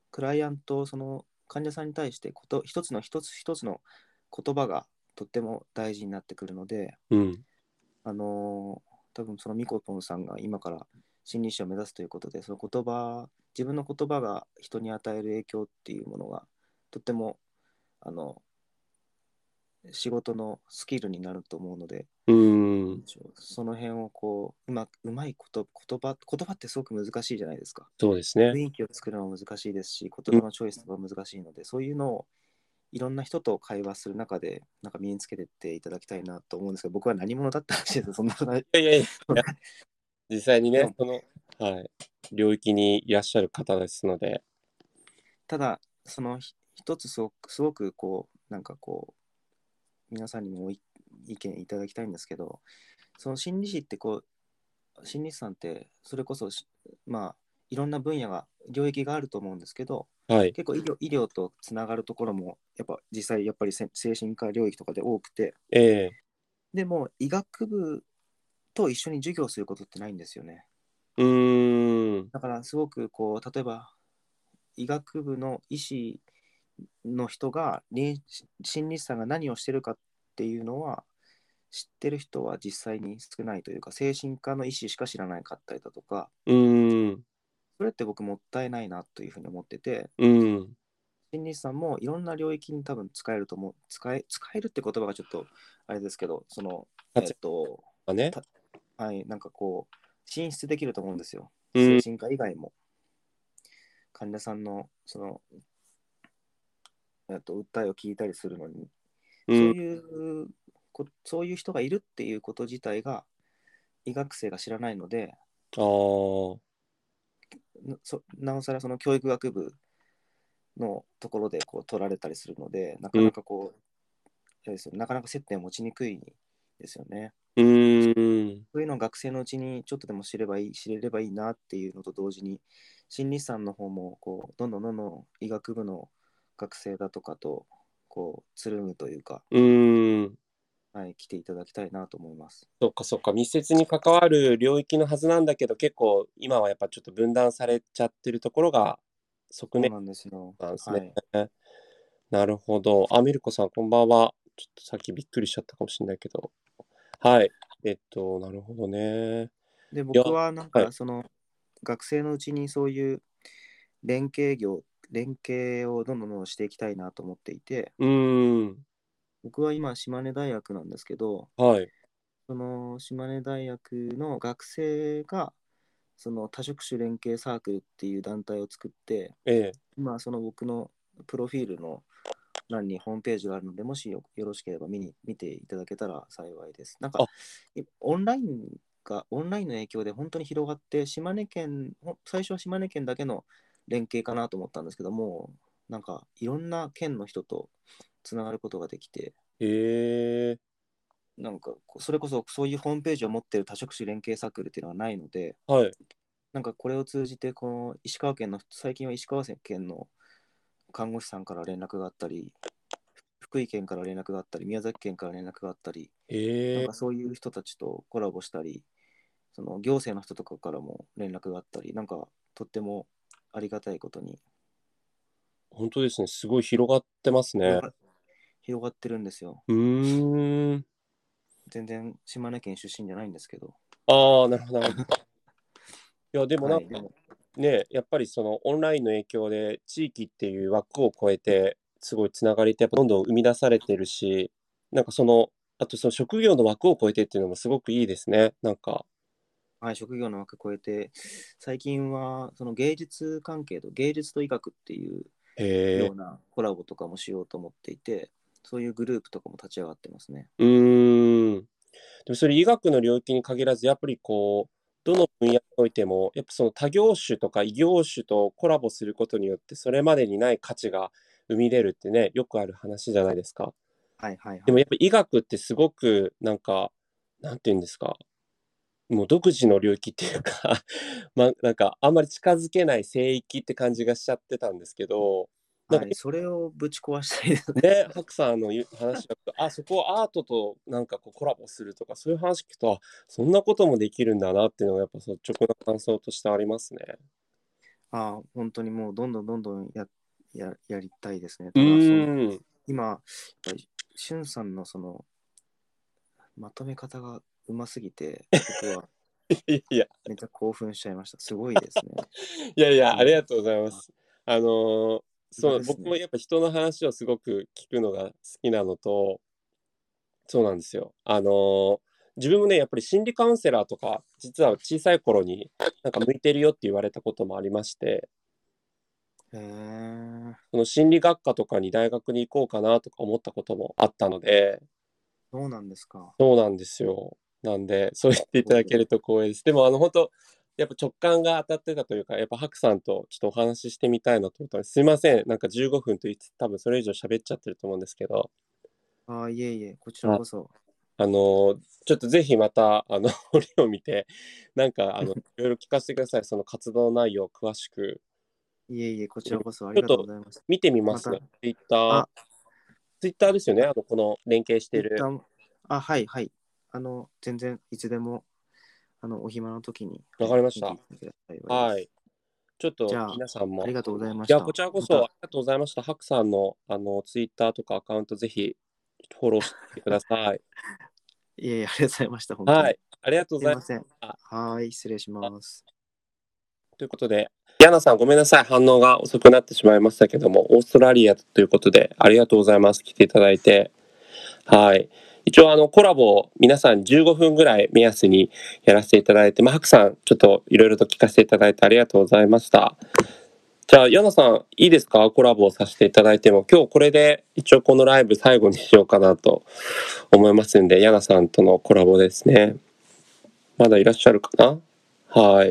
Speaker 3: クライアント、その患者さんに対してこと、一つの一つ一つの言葉がとっても大事になってくるので、
Speaker 1: うん。
Speaker 3: あのー多分そのミコポンさんが今から心理師を目指すということで、その言葉、自分の言葉が人に与える影響っていうものがとってもあの仕事のスキルになると思うので、
Speaker 1: うーん。
Speaker 3: その辺をこううまくうまいこと言葉言葉ってすごく難しいじゃないですか。
Speaker 1: そうですね。
Speaker 3: 雰囲気を作るのも難しいですし、
Speaker 1: うん。
Speaker 3: 言葉のチョイスとか難しいので、そういうのをいろんな人と会話する中でなんか身につけてっていただきたいなと思うんですけど、僕は何者だったらしいです。そんなことない。
Speaker 1: いやいやいや、実際にね、
Speaker 3: でも、
Speaker 1: その、はい、領域にいらっしゃる方ですので。
Speaker 3: ただ、そのひ一つすごく、すごくこう、なんかこう、皆さんにもい意見いただきたいんですけど、その心理師ってこう、心理師さんってそれこそし、まあ、いろんな分野が、領域があると思うんですけど、
Speaker 1: はい。
Speaker 3: 結構医療、医療とつながるところも、やっぱ実際やっぱりせ精神科領域とかで多くて、
Speaker 1: ええ。
Speaker 3: でも医学部と一緒に授業することってないんですよね。
Speaker 1: うーん。
Speaker 3: だからすごくこう、例えば医学部の医師の人が臨心理師さんが何をしてるかっていうのは知ってる人は実際に少ないというか、精神科の医師しか知らないかったりだとか、
Speaker 1: うーん。
Speaker 3: それって僕もったいないなというふうに思ってて、
Speaker 1: うん。
Speaker 3: 心理師さんもいろんな領域に多分使えると思う。使え、使えるって言葉がちょっとあれですけど、その、えっ
Speaker 1: 活躍
Speaker 3: と、
Speaker 1: がね。
Speaker 3: たはい、なんかこう、進出できると思うんですよ。
Speaker 1: うん。
Speaker 3: 精神科以外も患者さんのその、えっと、訴えを聞いたりするのに、
Speaker 1: うん。
Speaker 3: そういうこ、そういう人がいるっていうこと自体が医学生が知らないので、
Speaker 1: ああ。
Speaker 3: なそなおさらその教育学部のところでこう取られたりするので、なか
Speaker 1: うん。
Speaker 3: なかこう、あれですよなかなか接点を持ちにくいですよね。
Speaker 1: うーん。
Speaker 3: そういうのを学生のうちにちょっとでも知ればいい、知れればいいなっていうのと同時に、心理師さんの方もこうどんどんどんどん医学部の学生だとかとこうつるむというか、
Speaker 1: うーん。
Speaker 3: はい、来ていただきたいなと思います。
Speaker 1: そっかそっか。密接に関わる領域のはずなんだけど、結構今はやっぱちょっと分断されちゃってるところが側面
Speaker 3: そうなんですよ。
Speaker 1: なんですね。
Speaker 3: はい。
Speaker 1: なるほど。あ、ミルコさん、こんばんは。ちょっとさっきびっくりしちゃったかもしれないけど。はい。えっと、なるほどね。
Speaker 3: で、
Speaker 1: いや、
Speaker 3: 僕はなん
Speaker 1: はい。
Speaker 3: かその学生のうちにそういう連携業、連携をどんどんどんどんしていきたいなと思っていて、
Speaker 1: うーん。
Speaker 3: 僕は今島根大学なんですけど、
Speaker 1: はい。
Speaker 3: その島根大学の学生がその多職種連携サークルっていう団体を作って、
Speaker 1: ええ。
Speaker 3: 今その僕のプロフィールの欄にホームページがあるので、もしよよろしければ見に見ていただけたら幸いです。なんか
Speaker 1: あ、
Speaker 3: いオンラインがオンラインの影響で本当に広がって、島根県、ほ最初は島根県だけの連携かなと思ったんですけども、なんかいろんな県の人とつながることができて、
Speaker 1: へえ。
Speaker 3: なんかこうそれこそそういうホームページを持っている多職種連携サークルっていうのはないので、
Speaker 1: はい。
Speaker 3: なんかこれを通じてこの石川県の、最近は石川県の看護師さんから連絡があったり、福井県から連絡があったり、宮崎県から連絡があったり、なん
Speaker 1: へえ。
Speaker 3: かそういう人たちとコラボしたり、その行政の人とかからも連絡があったり、なんかとってもありがたいことに
Speaker 1: 本当ですね。すごい広がってますね。
Speaker 3: 広が広がってるんですよ。
Speaker 1: うーん。
Speaker 3: 全然島根県出身じゃないんですけど。
Speaker 1: ああ、なるほど、なるほど。いや、でもなんか
Speaker 3: はい、でも、
Speaker 1: ね、やっぱりそのオンラインの影響で地域っていう枠を超えて、すごいつながりってやっぱどんどん生み出されてるし、なんかその、あとその職業の枠を超えてっていうのもすごくいいですね。なんか、
Speaker 3: はい、職業の枠超えて、最近はその芸術関係と芸術と医学っていう
Speaker 1: へえ。
Speaker 3: ようなコラボとかもしようと思っていて、そういうグループとかも立ち上がってますね。
Speaker 1: うーん。でもそれ医学の領域に限らず、やっぱりこう、どの分野においても、やっぱその他業種とか異業種とコラボすることによって、それまでにない価値が生み出るってね、よくある話じゃないですか。
Speaker 3: はいはいはい。
Speaker 1: でもやっぱ医学ってすごくなんか、なんていうんですか、もう独自の領域っていうかまあなんかあんまり近づけない聖域って感じがしちゃってたんですけど、なんか
Speaker 3: はい、それをぶち壊したいですね。
Speaker 1: ね、ハクさんの言う話だと、あ、そこをアートとなんかこうコラボするとか、そういう話聞くと、あ、そんなこともできるんだなっていうのがやっぱ率直な感想としてありますね。
Speaker 3: あ、本当にもうどんどんどんどんや、や、やりたいですね。
Speaker 1: う
Speaker 3: ただ、その、
Speaker 1: ーん。
Speaker 3: 今、やっぱり、しゅんさんのその、まとめ方がうますぎて、僕は
Speaker 1: いやいや、
Speaker 3: めっちゃ興奮しちゃいました。すごいですね。
Speaker 1: いやいや、あり
Speaker 3: 今、
Speaker 1: がとうございます。あのーそう、
Speaker 3: そうですね。
Speaker 1: 僕もやっぱ人の話をすごく聞くのが好きなのと、そうなんですよ。あのー自分もね、やっぱり心理カウンセラーとか、実は小さい頃になんか向いてるよって言われたこともありまして、
Speaker 3: へえ、
Speaker 1: その心理学科とかに大学に行こうかなとか思ったこともあったので、
Speaker 3: そうなんですか。
Speaker 1: そうなんですよ。なんで、そう言ってい
Speaker 3: すごいです。
Speaker 1: ただけると光栄です。でも、あの、本当やっぱ直感が当たってたというか、やっぱハクさんとちょっとお話ししてみたいなと思ったんです。すいません。なんかじゅうごふんと言って多分それ以上喋っちゃってると思うんですけど、
Speaker 3: ああ、いえいえ、こちら
Speaker 1: あ、
Speaker 3: こそ。
Speaker 1: あの、ちょっとぜひまた、あの、折を見て、なんか、あの、いろいろ聞かせてください。その活動内容を詳しく。
Speaker 3: いえいえ、こち
Speaker 1: うん、ち
Speaker 3: らこそありがとう
Speaker 1: ょっと
Speaker 3: ございます。
Speaker 1: 見てみま
Speaker 3: また、
Speaker 1: すね。ツイッター、
Speaker 3: あ、
Speaker 1: ツイッターですよね。
Speaker 3: あ、
Speaker 1: あの、この連携している。
Speaker 3: ツイッターも、あ、はいはい。あの、全然いつでも、あの、お暇の時に、はい、
Speaker 1: わかりました。
Speaker 3: 見ていただければ幸いで
Speaker 1: はい。
Speaker 3: す。
Speaker 1: ちょっと
Speaker 3: じゃあ、
Speaker 1: 皆さんも、
Speaker 3: ありがとうございま
Speaker 1: いや、こ
Speaker 3: した。
Speaker 1: ちらこ
Speaker 3: また、
Speaker 1: そありがとうございました。ハクさんの、あの、ツイッターとかアカウントぜひフォローしてみてください。
Speaker 3: いえいえ、ありがとうございました、本当に。
Speaker 1: はい。ありがとうございまし
Speaker 3: すいません。
Speaker 1: た。
Speaker 3: はーい、失礼します。
Speaker 1: ということで、ヤナさんごめんなさい。反応が遅くなってしまいましたけども、オーストラリアということで、ありがとうございます。来ていただいて。はい。一応、あの、コラボ、皆さんじゅうごふんぐらい目安にやらせていただいて、まあ、ハクさん、ちょっといろいろと聞かせていただいてありがとうございました。じゃあ、ヤナさん、いいですか？コラボをさせていただいても。今日これで一応このライブ最後にしようかなと思いますんで、ヤナさんとのコラボですね。まだいらっしゃるかな？はい。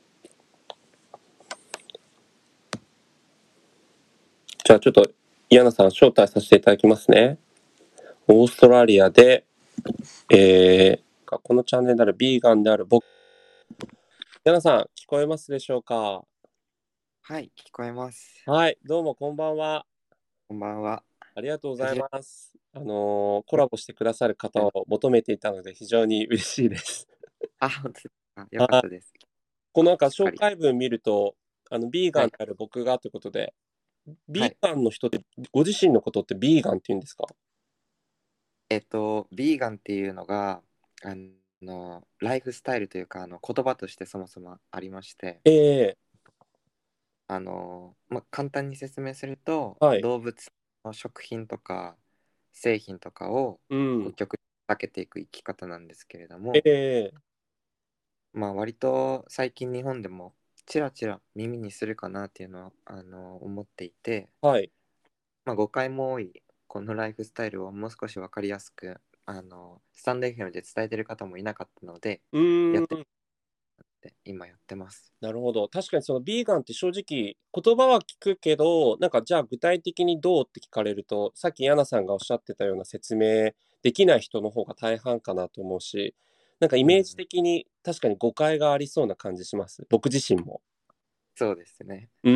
Speaker 1: じゃあちょっと、ヤナさん招待させていただきますね。オーストラリアで、えー、このチャンネルであるビーガンである僕。ヤナさん、聞こえますでしょうか？
Speaker 4: はい、聞こえます。
Speaker 1: はい、どうもこんばんは。
Speaker 4: こんばんは。
Speaker 1: ありがとうござい
Speaker 4: はじめ、
Speaker 1: ます。あのーコラボしてくださる方を求めていたので非常に嬉しいです。
Speaker 4: あ、本当ですか。よか
Speaker 1: はい。
Speaker 4: ったです。
Speaker 1: このなんか紹
Speaker 4: しっかり。
Speaker 1: 介文見ると、あの、ビーガ
Speaker 4: はい、
Speaker 1: ンである僕がということで、ビー
Speaker 4: はい。
Speaker 1: ガンの人って、ご自身のことってビーガンって言うんですか？
Speaker 4: えっと、ビーガンっていうのが、あの、ライフスタイルというか、あの、言葉としてそもそもありまして、
Speaker 1: ええ、
Speaker 4: あの、まあ、簡単に説明すると、
Speaker 1: はい。
Speaker 4: 動物の食品とか製品とかを
Speaker 1: うん。
Speaker 4: こう極力避けていく生き方なんですけれど
Speaker 1: え
Speaker 4: も、
Speaker 1: え、
Speaker 4: まあ、割と最近日本でもちらちら耳にするかなっていうのはあの思っていて、
Speaker 1: はい。
Speaker 4: まあ、誤解も多いこのライフスタイルをもう少し分かりやすくあのスタンド エフエム で伝えてる方もいなかったので、
Speaker 1: うー
Speaker 4: やってみ
Speaker 1: ん。
Speaker 4: て今やってます。
Speaker 1: なるほど。確かにそのビーガンって正直、言葉は聞くけど、なんかじゃあ具体的にどうって聞かれると、さっきヤナさんがおっしゃってたような説明できない人の方が大半かなと思うし、なんかイメージ
Speaker 4: うん、
Speaker 1: 的に確かに誤解がありそうな感じします。僕自身も。
Speaker 4: そうですね。
Speaker 1: うん。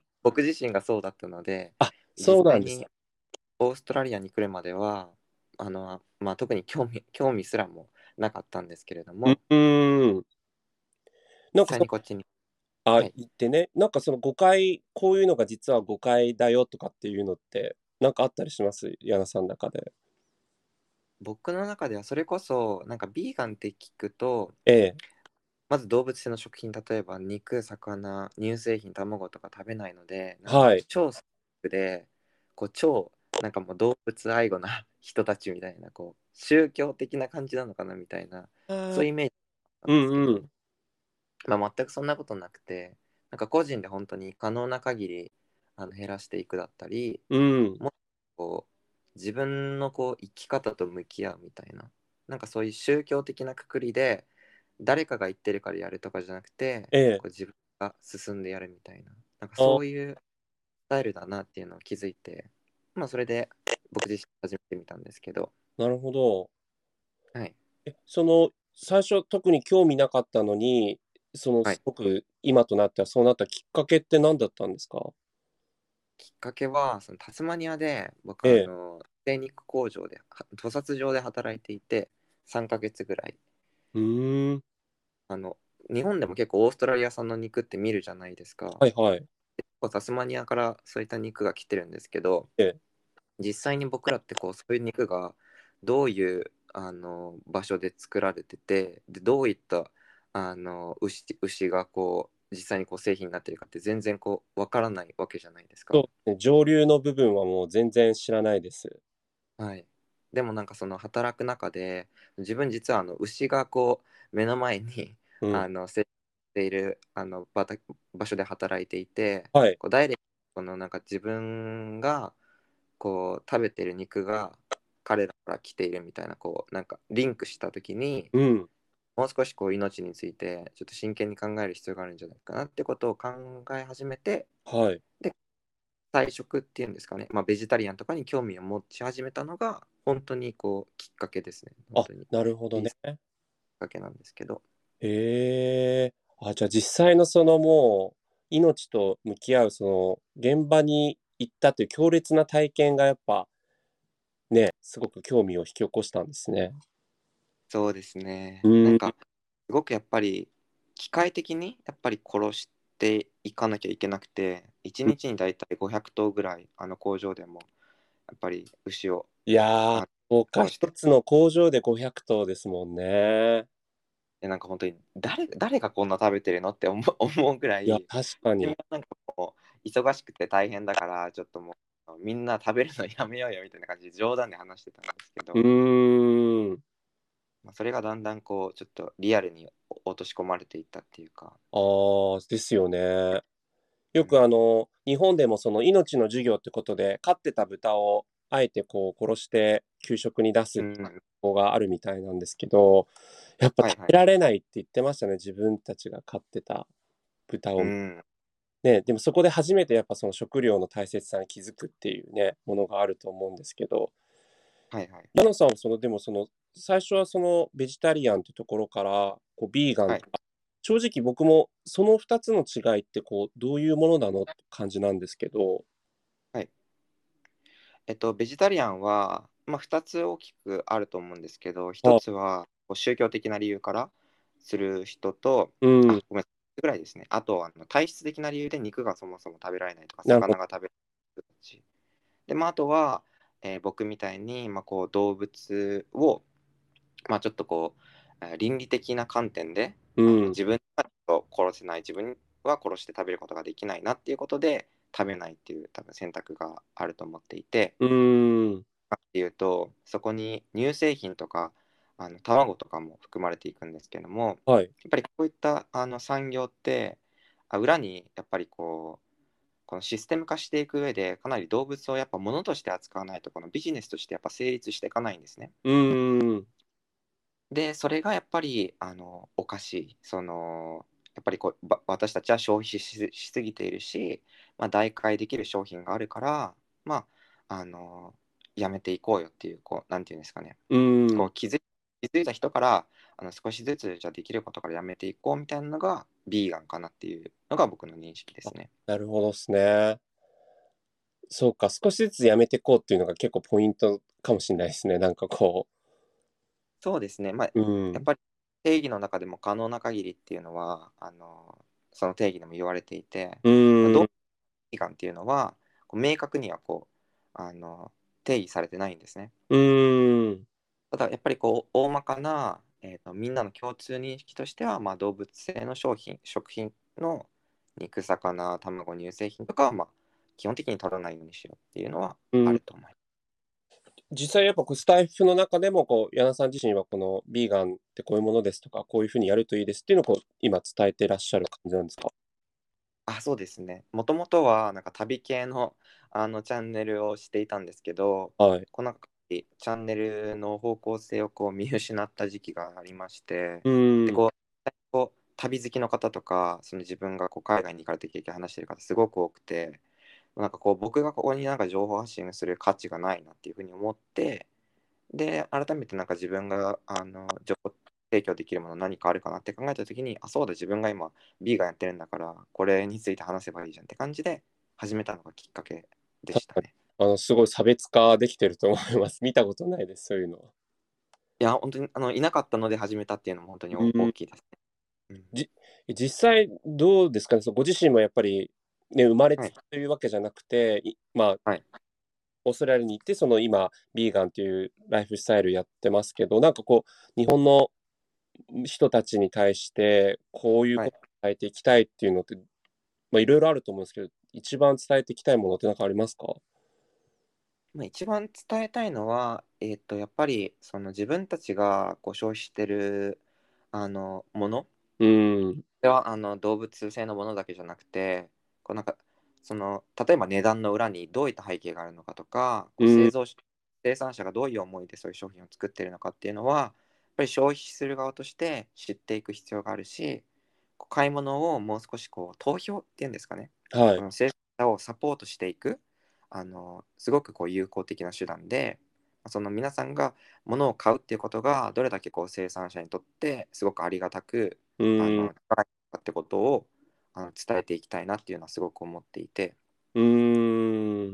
Speaker 4: 僕自身がそうだったので、
Speaker 1: あ、そうなんです。
Speaker 4: 実際にオーストラリアに来るまではあの、まあ、特に興味興味すらもなかったんですけれど
Speaker 1: う
Speaker 4: も、
Speaker 1: ーん。なん
Speaker 4: 実
Speaker 1: かそ
Speaker 4: 際にこっちに、
Speaker 1: あ、
Speaker 4: はい、
Speaker 1: 言ってね、なんかその誤解、こういうのが実は誤解だよとかっていうのって、なんかあったりします？矢野さんの中で。
Speaker 4: 僕の中ではそれこそなんかビーガンって聞くと、
Speaker 1: ええ、
Speaker 4: まず動物性の食品、例えば肉、魚、乳製品、卵とか食べないので、なんか
Speaker 1: はい。
Speaker 4: 超ストイックで、こう超なんかもう動物愛護な人たちみたいな、こう宗教的な感じなのかなみたいな、
Speaker 1: あー、
Speaker 4: そういうイメージな
Speaker 1: う
Speaker 4: んですけど、
Speaker 1: んうん。
Speaker 4: まあ、全くそんなことなくて、なんか個人で本当に可能な限りあの減らしていくだったり、
Speaker 1: うん。
Speaker 4: もっとこう自分のこう生き方と向き合うみたいな、なんかそういう宗教的なくくりで誰かが言ってるからやるとかじゃなくて、
Speaker 1: ええ。
Speaker 4: こう自分が進んでやるみたいな、なんか
Speaker 1: あ、
Speaker 4: そういうスタイルだなっていうのを気づいて、まあそれで僕自身始めてみたんですけど、
Speaker 1: なるほど。
Speaker 4: はい、
Speaker 1: え、その、最初特に興味なかったのに、その
Speaker 4: はい、
Speaker 1: すごく今となってはそうなったきっかけって何だったんですか？
Speaker 4: きっかけはそのタスマニアで僕
Speaker 1: ええ。
Speaker 4: あの精肉工場では屠殺場で働いていてさんかげつぐらい、
Speaker 1: うーん。
Speaker 4: あの日本でも結構オーストラリア産の肉って見るじゃないですか。
Speaker 1: はいはい。
Speaker 4: こうタスマニアからそういった肉が来てるんですけど、
Speaker 1: ええ
Speaker 4: 実際に僕らってこうそういう肉がどういうあの場所で作られてて、でどういったあの牛、牛がこう実際にこう製品になってるかって全然こうわからないわけじゃないですか。
Speaker 1: そうね、上流の部分はもう全然知らないです。
Speaker 4: はい。でもなんかその働く中で自分実はあの牛がこう目の前に
Speaker 1: うん。
Speaker 4: あの接しているあの場た場所で働いていて、
Speaker 1: はい。
Speaker 4: こうダイレクトにこのなんか自分がこう食べてる肉が彼らから来ているみたいなこうなんかリンクした時に
Speaker 1: うん。
Speaker 4: もう少しこう命についてちょっと真剣に考える必要があるんじゃないかなってことを考え始めて、
Speaker 1: はい。
Speaker 4: で菜食っていうんですかね、まあ、ベジタリアンとかに興味を持ち始めたのが本当にこうきっかけですね。本
Speaker 1: あ、
Speaker 4: 当に
Speaker 1: なるほどね。
Speaker 4: いいきっかけなんですけど。
Speaker 1: へえ。あ、じゃあ実際のそのもう命と向き合うその現場に行ったという強烈な体験がやっぱね、すごく興味を引き起こしたんですね。
Speaker 4: そうですね。
Speaker 1: うん。
Speaker 4: なんかすごくやっぱり機械的にやっぱり殺していかなきゃいけなくて、いちにちにだいたいごひゃく頭ぐらいあの工場でもやっぱり牛を
Speaker 1: いやー、
Speaker 4: あ
Speaker 1: そうか、
Speaker 4: 殺して、
Speaker 1: 一つの工場でごひゃく頭ですもんね。
Speaker 4: でなんか本当に誰誰がこんな食べてるのって思う思うぐら
Speaker 1: いや、
Speaker 4: い、
Speaker 1: 確かに。
Speaker 4: 自分はなんかもう忙しくて大変だからちょっともうみんな食べるのやめようよみたいな感じで冗談で話してたんですけ
Speaker 1: う
Speaker 4: ど、
Speaker 1: ーん。
Speaker 4: まあ、それがだんだんこうちょっとリアルに落とし込まれていったっていうか。
Speaker 1: ああ、ですよね。よく
Speaker 4: うん、
Speaker 1: あの、日本でもその命の授業ってことで、飼ってた豚をあえてこう殺して給食に出すっていう
Speaker 4: うん、
Speaker 1: 方があるみたいなんですけど、やっぱ食べ
Speaker 4: はいはい。
Speaker 1: られないって言ってましたね、自分たちが飼ってた豚を。
Speaker 4: うん、
Speaker 1: ね、でもそこで初めてやっぱその食料の大切さに気づくっていうね、ものがあると思うんですけど、
Speaker 4: はいはい。
Speaker 1: ナナさんはその、でもその、最初はそのベジタリアンってところから、こう、ビーガン
Speaker 4: はい。
Speaker 1: とか、正直僕もそのふたつの違いってこう、どういうものなのって感じなんですけど、
Speaker 4: はい。えっと、ベジタリアンは、まあ、ふたつ大きくあると思うんですけど、1
Speaker 1: あ、
Speaker 4: つはこう宗教的な理由からする人と、
Speaker 1: うん、
Speaker 4: あ、ごめん、ぐらいですね。あと、あの体質的な理由で肉がそもそも食べられないとか、
Speaker 1: なるほど。
Speaker 4: 魚が食べられない人たち。で、まあ、あとは、えー僕みたいに、まあ、こう動物を、まあ、ちょっとこう、えー倫理的な観点で、
Speaker 1: う
Speaker 4: あの
Speaker 1: ん、
Speaker 4: 自分はちょっと殺せない、自分は殺して食べることができないなっていうことで、食べないっていう多分選択があると思っていて、
Speaker 1: うん、
Speaker 4: っていうと、そこに乳製品とかあの卵とかも含まれていくんですけども、
Speaker 1: はい。
Speaker 4: やっぱりこういったあの産業ってあ裏にやっぱりこうこのシステム化していく上でかなり動物をやっぱ物として扱わないとこのビジネスとしてやっぱ成立していかないんですね。
Speaker 1: うん、
Speaker 4: で、それがやっぱりあのおかしい。そのやっぱりこうば私たちは消費しししすぎているし、まあ、代替できる商品があるから、まあ、あのやめていこうよっていう、こう、なんていうんですかね、
Speaker 1: うん、
Speaker 4: こう気づい気づいた人からあの少しずつじゃあできることからやめていこうみたいなのがビーガンかなっていうのが僕の認識ですね。
Speaker 1: なるほどですね。そうか、少しずつやめていこうっていうのが結構ポイントかもしれないですね。なんかこ
Speaker 4: そうですね。まあ、
Speaker 1: う、うん、
Speaker 4: やっぱり定義の中でも可能な限りっていうのは、あの、その定義でも言われていて、
Speaker 1: うん、
Speaker 4: まあ、動物
Speaker 1: う
Speaker 4: 悲願っていうのは、こう明確にはこう、あの、定義されてないんですね。
Speaker 1: ん、
Speaker 4: ただ、やっぱりこう、大まかな、えーと、みんなの共通認識としては、まあ、動物性の商品、食品の肉、魚、卵、乳製品とかは、まあ、基本的に取らないようにしようっていうのは
Speaker 1: うん。
Speaker 4: あると思います。
Speaker 1: 実際やっぱこうスタイフの中でもこう柳さん自身はこのビーガンってこういうものですとかこういうふうにやるといいですっていうのをこう今伝えてらっしゃる感じなんですか？
Speaker 4: あ、そうですね。もともとは、なんか旅系の、あのチャンネルをしていたんですけど、
Speaker 1: はい。
Speaker 4: このチャンネルの方向性をこう見失った時期がありまして、
Speaker 1: う
Speaker 4: で、
Speaker 1: ん。
Speaker 4: こう、こう旅好きの方とか、その自分がこう海外に行かれて経験話してる方すごく多くて、なんかこう僕がここになんか情報発信する価値がないなっていうふうに思って、で、改めてなんか自分があの情報提供できるもの何かあるかなって考えたときに、あ、そうだ、自分が今 ビーガンやってるんだから、これについて話せばいいじゃんって感じで始めたのがきっかけで
Speaker 1: 確かに。
Speaker 4: したね。
Speaker 1: あの、すごい差別化できてると思います。見たことないです、そういうのは。
Speaker 4: いや、本当にあのいなかったので始めたっていうのも本当に
Speaker 1: うん。
Speaker 4: 大きいですね。 うん
Speaker 1: じ実際どうですかね、そのご自身もやっぱり、ね、生まれつ
Speaker 4: はい
Speaker 1: きというわけじゃなくて、いまあ、
Speaker 4: はい
Speaker 1: オーストラリアに行って、その今、ビーガンというライフスタイルやってますけど、なんかこう、日本の人たちに対して、こういう
Speaker 4: はい
Speaker 1: ことを伝えていきたいっていうのって、まあ、いろいろあると思うんですけど、一番伝えていきたいものって何かありますか？
Speaker 4: まあ、一番伝えたいのは、えっと、やっぱりその自分たちがこう消費してるあのもの
Speaker 1: うん、
Speaker 4: ではあの動物性のものだけじゃなくて、こうなんかその例えば値段の裏にどういった背景があるのかとか、こ
Speaker 1: うん、
Speaker 4: う製造し生産者がどういう思いでそういう商品を作っているのかっていうのは、やっぱり消費する側として知っていく必要があるし、こう買い物をもう少しこう投票っていうんですかね、
Speaker 1: はい。
Speaker 4: この生産者をサポートしていく、あのすごくこう有効的な手段で、その皆さんが物を買うっていうことがどれだけこう生産者にとってすごくありがたく、
Speaker 1: うん、
Speaker 4: あの力になったってことをあの伝えていきたいなっていうのはすごく思っていて、
Speaker 1: うん、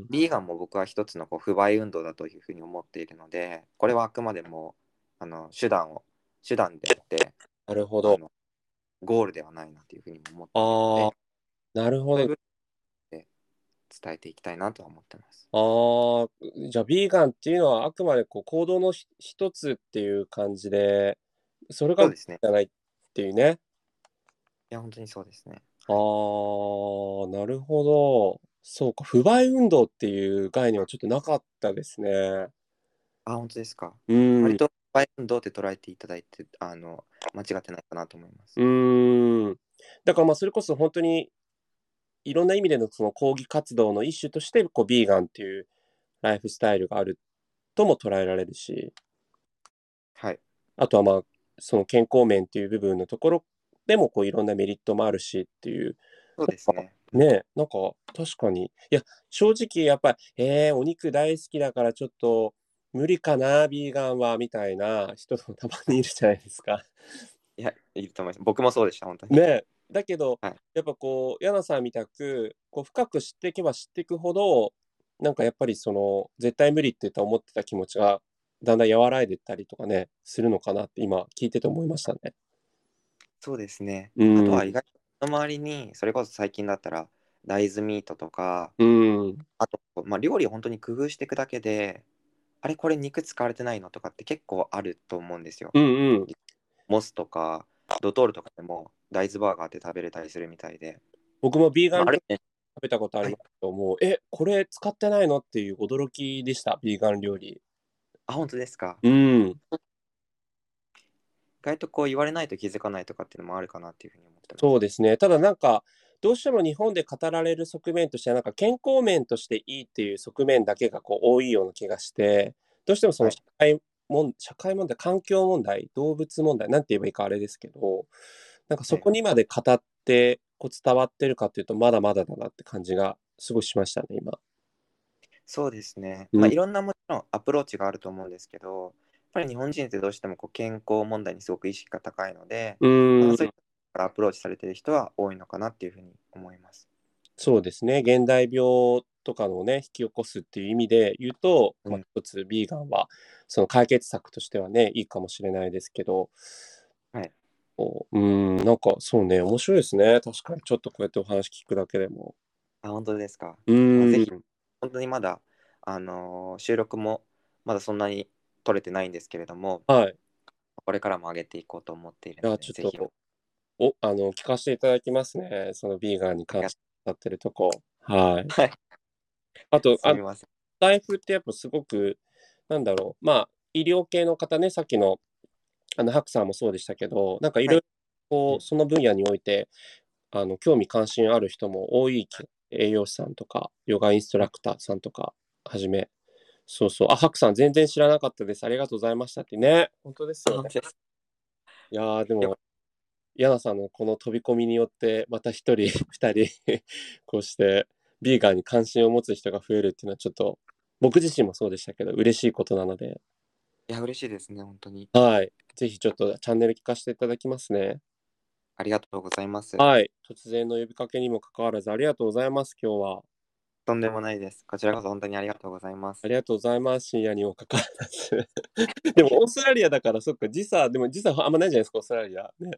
Speaker 4: ビーガンも僕は一つのこう不買運動だというふうに思っているので、これはあくまでもあの手段を手段であって
Speaker 1: なるほど。
Speaker 4: あのゴールではないなというふうにも思っているの
Speaker 1: ああ、
Speaker 4: で、
Speaker 1: なるほど。
Speaker 4: そういう部分で伝えていきたいなとは思ってます。
Speaker 1: ああ、じゃあ、ビーガンっていうのはあくまでこう行動のひ一つっていう感じで、それがじ
Speaker 4: そうですね。
Speaker 1: ゃないっていうね。
Speaker 4: いや、本当にそうですね。
Speaker 1: あ
Speaker 4: はい。
Speaker 1: あ、なるほど。そうか、不買運動っていう概念はちょっとなかったですね。
Speaker 4: あ、本当ですか。
Speaker 1: うん、う
Speaker 4: 割と不買運動って捉えていただいて、あの、間違ってないかなと思います。
Speaker 1: ーん。だからまあそれこそ本当にいろんな意味でのその抗議活動の一種として、こう、ビーガンっていうライフスタイルがあるとも捉えられるし、
Speaker 4: はい。
Speaker 1: あとはまあ、その健康面っていう部分のところでもこういろんなメリットもあるしっていう、
Speaker 4: そうですね。
Speaker 1: ね、なんか確かに、いや、正直やっぱり、えー、お肉大好きだからちょっと無理かな、ビーガンは、みたいな人もたまにいるじゃないですか。
Speaker 4: いや、いると思います。僕もそうでした、本当に。
Speaker 1: ね、だけど、
Speaker 4: はい。
Speaker 1: やっぱこう、ヤナさんみたく、こう深く知っていけば知っていくほど、なんかやっぱりその、絶対無理って言った思ってた気持ちが、だんだん和らいでったりとかね、するのかなって今聞いてて思いましたね。
Speaker 4: そうですね。
Speaker 1: うん、
Speaker 4: あとは意外と周りに、それこそ最近だったら、大豆ミートとか、
Speaker 1: うん、
Speaker 4: あと、まあ、料理を本当に工夫していくだけで、あれ、これ肉使われてないのとかって結構あると思うんですよ。
Speaker 1: うん、うん。
Speaker 4: モスとか、ドトールとかでも大豆バーガーって食べれたりするみたいで、
Speaker 1: 僕もビーガ
Speaker 4: まあ、
Speaker 1: ン料理
Speaker 4: ある意味、
Speaker 1: 食べたことあり
Speaker 4: はい。
Speaker 1: ますけども、え、これ使ってないのっていう驚きでした、ビーガン料理。
Speaker 4: あ、本当ですか。
Speaker 1: うん、
Speaker 4: 意外とこう言われないと気づかないとかっていうのもあるかなっていうふうに思ってます。
Speaker 1: そうですね。ただなんか、どうしても日本で語られる側面としては、なんか健康面としていいっていう側面だけがこう多いような気がして、どうしてもその
Speaker 4: はい。
Speaker 1: 社会問社会問題、環境問題、動物問題、なんて言えばいいかあれですけど、なんかそ
Speaker 4: はい。
Speaker 1: こにまで語ってこう伝わってるかっていうと、まだまだだなって感じがすごいしましたね、今。
Speaker 4: そうですね。
Speaker 1: うん、
Speaker 4: まあいろんなもちろんアプローチがあると思うんですけど、やっぱり日本人ってどうしてもこう健康問題にすごく意識が高いので、
Speaker 1: うーん、
Speaker 4: まあそういったからアプローチされている人は多いのかなっていうふうに思います。
Speaker 1: そうですね。現代病とかのね、引き起こすっていう意味で言うと、まあ、
Speaker 4: うん。
Speaker 1: 一つビーガンは、その解決策としてはね、いいかもしれないですけど、
Speaker 4: はい。
Speaker 1: こう、うーん、なんかそうね、面白いですね。確かに、ちょっとこうやってお話聞くだけでも。
Speaker 4: あ、本当ですか。
Speaker 1: う
Speaker 4: まあぜひ、
Speaker 1: ーん、
Speaker 4: 本当にまだ、あのー収録もまだそんなに取れてないんですけれども、
Speaker 1: はい。
Speaker 4: これからも上げていこうと思っている
Speaker 1: じゃあ、
Speaker 4: ので、ぜひ、
Speaker 1: ちょっと、お、あの、聞かせていただきますね。そのビーガンに
Speaker 4: ありがと
Speaker 1: 関してなってるとこ。はい。
Speaker 4: う。はい。
Speaker 1: あと、あ、
Speaker 4: すみません。
Speaker 1: 財布ってやっぱすごく、なんだろう、まあ、医療系の方ね、さっきの、あの、ハクさんもそうでしたけど、なんかい
Speaker 4: はい。
Speaker 1: ろいろ、こう、その分野において、あの、興味関心ある人も多い気、栄養士さんとか、ヨガインストラクターさんとか、はじめ、そうそう、あ、ハクさん全然知らなかったです。ありがとうございましたってね。本当です
Speaker 4: あ、
Speaker 1: よね。
Speaker 4: 本当です。
Speaker 1: いやー、で
Speaker 4: よか
Speaker 1: も、ヤナさんのこの飛び込みによって、また一人、二人こうして、ビーガンに関心を持つ人が増えるっていうのは、ちょっと、僕自身もそうでしたけど、嬉しいことなので、
Speaker 4: いや、嬉しいですね、本当に。
Speaker 1: はい。ぜひちょっとチャンネル聞かせていただきますね。
Speaker 4: ありがとうございます。
Speaker 1: はい。突然の呼びかけにもかかわらず、ありがとうございます、今日は。
Speaker 4: とんでもないです。こちらこそ本当にありがとうございます。
Speaker 1: ありがとうございます。深夜にもかかわらず。でも、オーストラリアだから、そっか、時差、でも時差あんまないじゃないですか、オーストラリア。ね。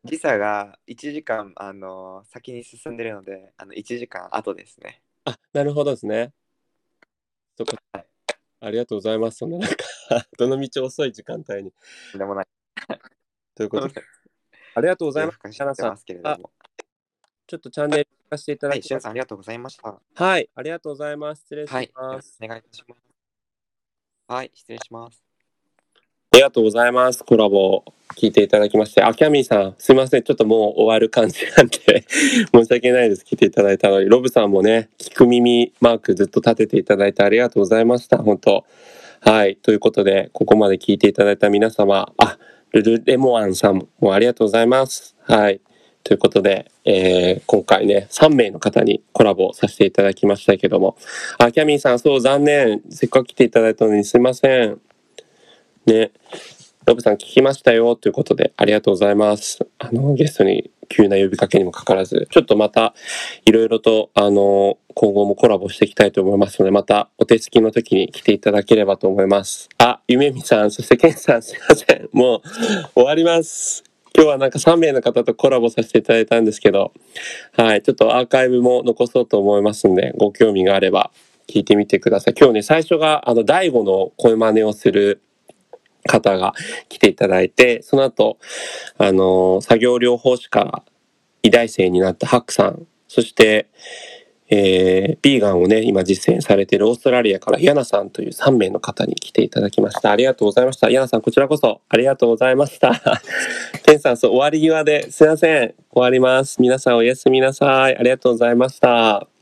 Speaker 4: 時差がいちじかん、あの先に進んでるので、あのいちじかん後ですね。
Speaker 1: あ、なるほどですね。そっか。
Speaker 4: はい。
Speaker 1: ありがとうございます。そんななんかどの道遅い時間帯に。
Speaker 4: でもない。
Speaker 1: ということで、ありがとうございます。
Speaker 4: 夜更かし
Speaker 1: ヤナさん、
Speaker 4: てますけれど
Speaker 1: あ、
Speaker 4: も。
Speaker 1: ちょっとチャンネル化していた
Speaker 4: はい、
Speaker 1: だきます。
Speaker 4: しゅんさんありがとうございました。
Speaker 1: はい、ありがとうございます。失礼し
Speaker 4: はい、よろし
Speaker 1: ます。
Speaker 4: くお願いいたします。はい、失礼します。
Speaker 1: ありがとうございます。コラボ聞いていただきまして。あ、キャミーさん、すいません。ちょっともう終わる感じなんで申し訳ないです。聞いていただいたのに。ロブさんもね、聞く耳マークずっと立てていただいてありがとうございました。本当。はい。ということで、ここまで聞いていただいた皆様、あ、ルルレモアンさんもありがとうございます。はい。ということで、えー、今回ね、さんめいの方にコラボさせていただきましたけども。あ、キャミーさん、そう、残念。せっかく来ていただいたのにすいません。ね。ロブさん聞きましたよということでありがとうございます。あのゲストに急な呼びかけにもかかわらず、ちょっとまたいろいろとあの今後もコラボしていきたいと思いますので、またお手つきの時に来ていただければと思います。あ、ゆめみさん、そしてケンさん、すいません。もう終わります。今日はなんかさんめいの方とコラボさせていただいたんですけど、はい、ちょっとアーカイブも残そうと思いますんで、ご興味があれば聞いてみてください。今日ね、最初があの大悟の声真似をする方が来ていただいて、その後、あの、作業療法士から医大生になったハックさん、そして、えー、ビーガンをね、今実践されているオーストラリアからヤナさんというさんめいの方に来ていただきました。ありがとうございました。ヤナさん、こちらこそありがとうございました。ケンさん、そう、終わり際ですいません。終わります。皆さんおやすみなさい。ありがとうございました。